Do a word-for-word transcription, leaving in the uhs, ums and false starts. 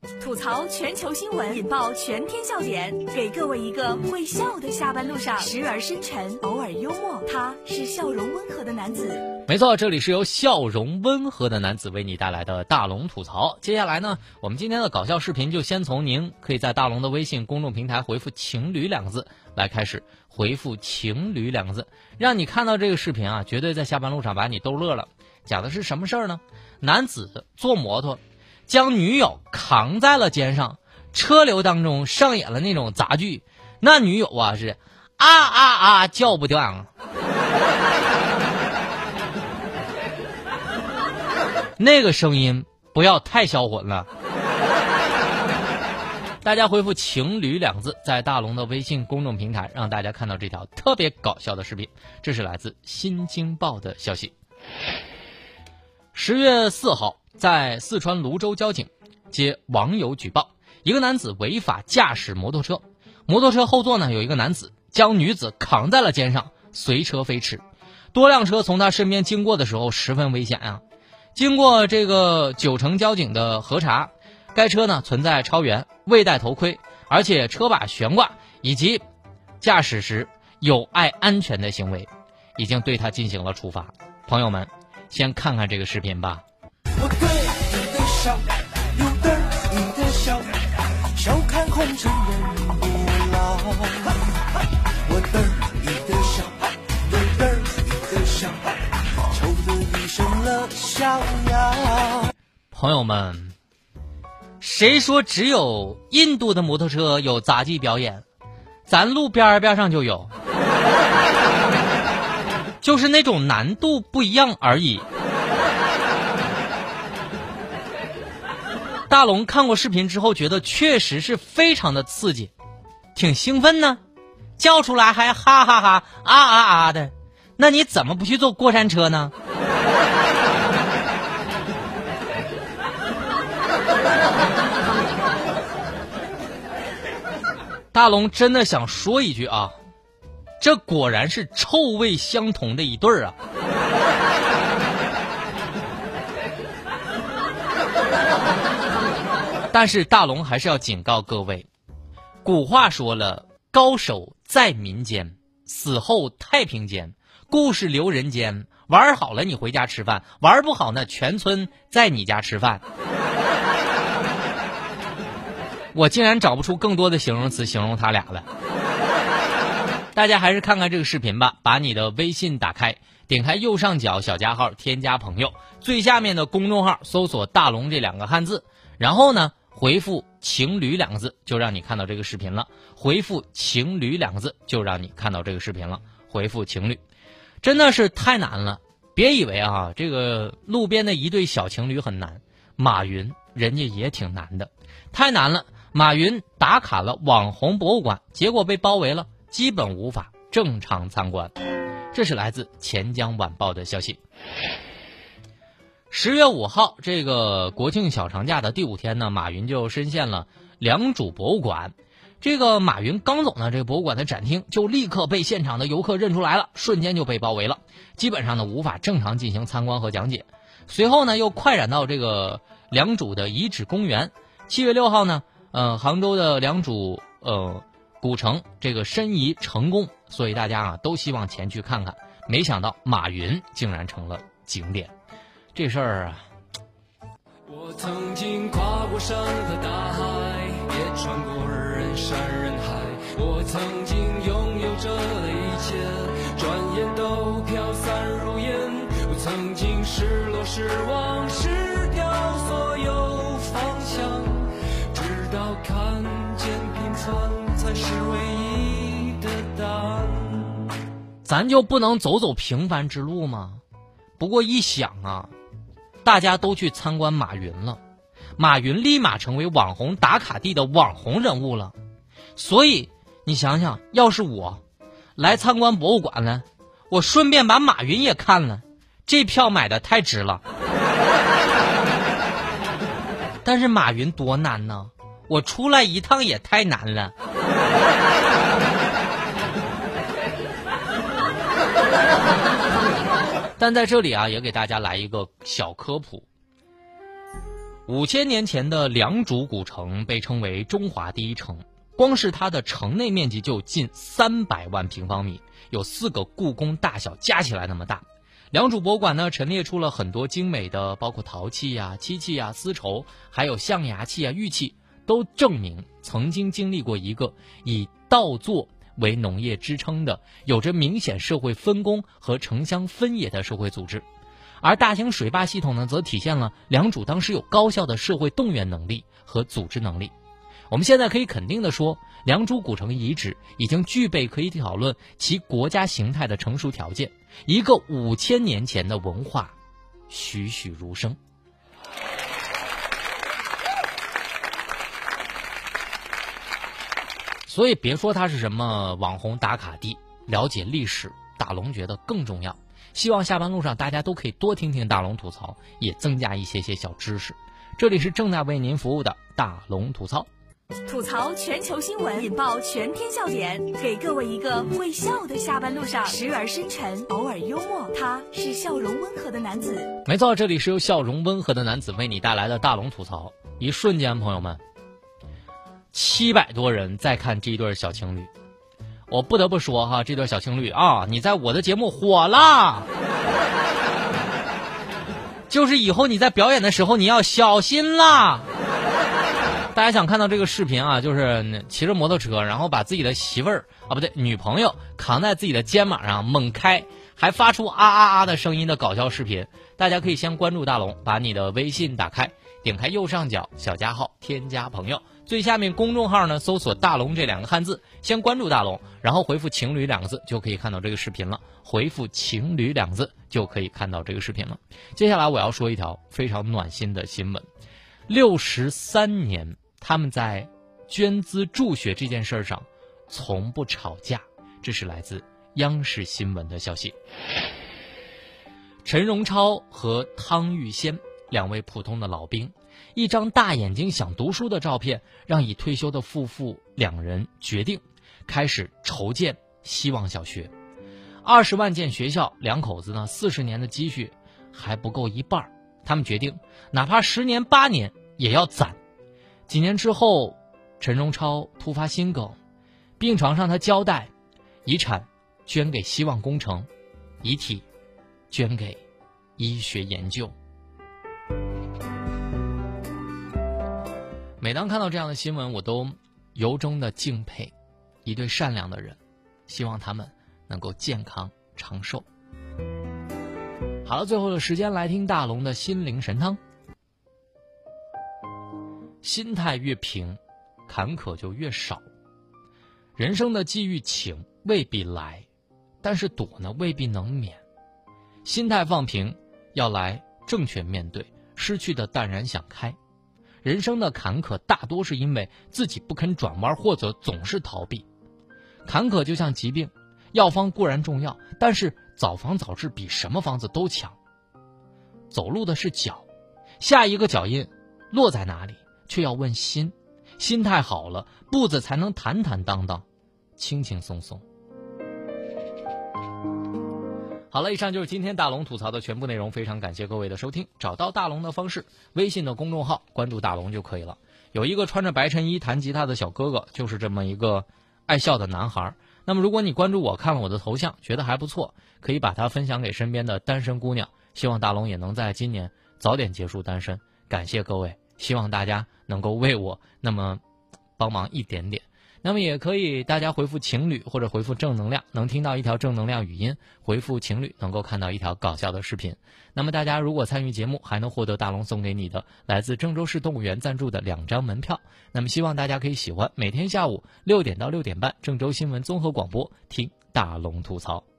吐槽全球新闻，引爆全天笑点，给各位一个会笑的下班路上，时而深沉，偶尔幽默，他是笑容温和的男子。 没错，这里是由笑容温和的男子为你带来的大龙吐槽。接下来呢，我们今天的搞笑视频就先从您可以在大龙的微信公众平台回复情侣两个字来开始，回复情侣两个字，让你看到这个视频啊，绝对在下班路上把你逗乐了。讲的是什么事儿呢？男子坐摩托将女友扛在了肩上，车流当中上演了那种杂剧，那女友啊是啊啊啊叫不断啊。那个声音不要太销魂了。大家回复情侣两个字，在大龙的微信公众平台让大家看到这条特别搞笑的视频。这是来自新京报的消息。十月四号，在四川泸州交警接网友举报，一个男子违法驾驶摩托车，摩托车后座呢有一个男子将女子扛在了肩上，随车飞驰，多辆车从他身边经过的时候十分危险啊。经过这个九城交警的核查，该车呢存在超员、未戴头盔，而且车把悬挂以及驾驶时有碍安全的行为，已经对他进行了处罚。朋友们，先看看这个视频吧。 我对你的笑，有对你的笑，笑看红尘人别老。我对你的笑，有对你的笑，愁得一身了逍遥。 朋友们，谁说只有印度的摩托车有杂技表演？咱路边边上就有，就是那种难度不一样而已。大龙看过视频之后觉得确实是非常的刺激，挺兴奋呢，叫出来还哈哈哈啊啊啊的，那你怎么不去坐过山车呢？大龙真的想说一句啊，这果然是臭味相同的一对儿啊。但是大龙还是要警告各位，古话说了，高手在民间，死后太平间，故事留人间，玩好了你回家吃饭，玩不好呢全村在你家吃饭。我竟然找不出更多的形容词形容他俩了。大家还是看看这个视频吧，把你的微信打开，点开右上角小加号，添加朋友，最下面的公众号搜索大龙这两个汉字，然后呢回复情侣两个字，就让你看到这个视频了。回复情侣两个字，就让你看到这个视频了。回复情侣，真的是太难了。别以为啊，这个路边的一对小情侣很难，马云人家也挺难的，太难了。马云打卡了网红博物馆，结果被包围了，基本无法正常参观。这是来自钱江晚报的消息。十月五号，这个国庆小长假的第五天呢，马云就深陷了良渚博物馆。这个马云刚走呢，这个博物馆的展厅就立刻被现场的游客认出来了，瞬间就被包围了，基本上呢无法正常进行参观和讲解。随后呢又快闪到这个良渚的遗址公园。七月六号呢，呃，杭州的良渚呃古城这个申遗成功，所以大家啊都希望前去看看。没想到马云竟然成了景点。这事儿啊， 我曾经跨过山和大海，也穿过人山人海。我曾经拥有着的一切，转眼都飘散如烟。我曾经失落失望失掉所有方向，直到看见平凡才是唯一的答案。 咱就不能走走平凡之路吗？不过一想啊，大家都去参观马云了，马云立马成为网红打卡地的网红人物了。所以你想想，要是我来参观博物馆了，我顺便把马云也看了，这票买的太值了。但是马云多难呢，我出来一趟也太难了。但在这里啊，也给大家来一个小科普。 五千年前的良渚古城被称为中华第一城，光是它的城内面积就近三百万平方米，有四个故宫大小加起来那么大。良渚博物馆呢，陈列出了很多精美的，包括陶器呀、漆器呀、丝绸，还有象牙器啊、玉器，都证明曾经经历过一个以稻作为农业支撑的、有着明显社会分工和城乡分野的社会组织。而大型水坝系统呢，则体现了良渚当时有高效的社会动员能力和组织能力。我们现在可以肯定地说，良渚古城遗址已经具备可以讨论其国家形态的成熟条件，一个五千年前的文化栩栩如生。所以别说它是什么网红打卡地，了解历史，大龙觉得更重要。希望下班路上大家都可以多听听大龙吐槽，也增加一些些小知识。这里是正在为您服务的大龙吐槽， 吐槽全球新闻，引爆全天笑点，给各位一个会笑的下班路上，时而深沉，偶尔幽默，他是笑容温和的男子。 没错，这里是由笑容温和的男子为你带来的大龙吐槽。一瞬间，朋友们，七百多人在看这一对小情侣。我不得不说哈，这对小情侣啊，你在我的节目火啦！就是以后你在表演的时候你要小心啦。大家想看到这个视频啊，就是骑着摩托车，然后把自己的媳妇儿啊不对女朋友扛在自己的肩膀上猛开，还发出啊啊啊的声音的搞笑视频。大家可以先关注大龙，把你的微信打开，点开右上角小加号，添加朋友，最下面公众号呢搜索大龙这两个汉字，先关注大龙，然后回复情侣两个字就可以看到这个视频了。回复情侣两个字就可以看到这个视频了。接下来我要说一条非常暖心的新闻。六十三年他们在捐资助学这件事上从不吵架，这是来自央视新闻的消息。陈荣超和汤玉仙两位普通的老兵，一张大眼睛想读书的照片，让已退休的夫妇两人决定开始筹建希望小学。二十万建学校，两口子呢四十年的积蓄还不够一半，他们决定哪怕十年八年也要攒。几年之后，陈荣超突发心梗，病床上他交代，遗产捐给希望工程，遗体捐给医学研究。每当看到这样的新闻，我都由衷的敬佩一对善良的人，希望他们能够健康长寿。好了，最后的时间来听大龙的心灵神汤。心态越平，坎坷就越少。人生的际遇请未必来，但是躲呢未必能免。心态放平，要来正确面对，失去的淡然想开。人生的坎坷大多是因为自己不肯转弯，或者总是逃避。坎坷就像疾病，药方固然重要，但是早防早治比什么方子都强。走路的是脚，下一个脚印落在哪里，却要问心。心态好了，步子才能坦坦荡荡，轻轻松松。好了，以上就是今天大龙吐槽的全部内容，非常感谢各位的收听。找到大龙的方式，微信的公众号关注大龙就可以了。有一个穿着白衬衣弹吉他的小哥哥，就是这么一个爱笑的男孩。那么如果你关注我，看了我的头像觉得还不错，可以把它分享给身边的单身姑娘，希望大龙也能在今年早点结束单身。感谢各位，希望大家能够为我那么帮忙一点点。那么也可以大家回复情侣或者回复正能量，能听到一条正能量语音，回复情侣能够看到一条搞笑的视频。那么大家如果参与节目，还能获得大龙送给你的来自郑州市动物园赞助的两张门票。那么希望大家可以喜欢每天下午六点到六点半郑州新闻综合广播听大龙吐槽。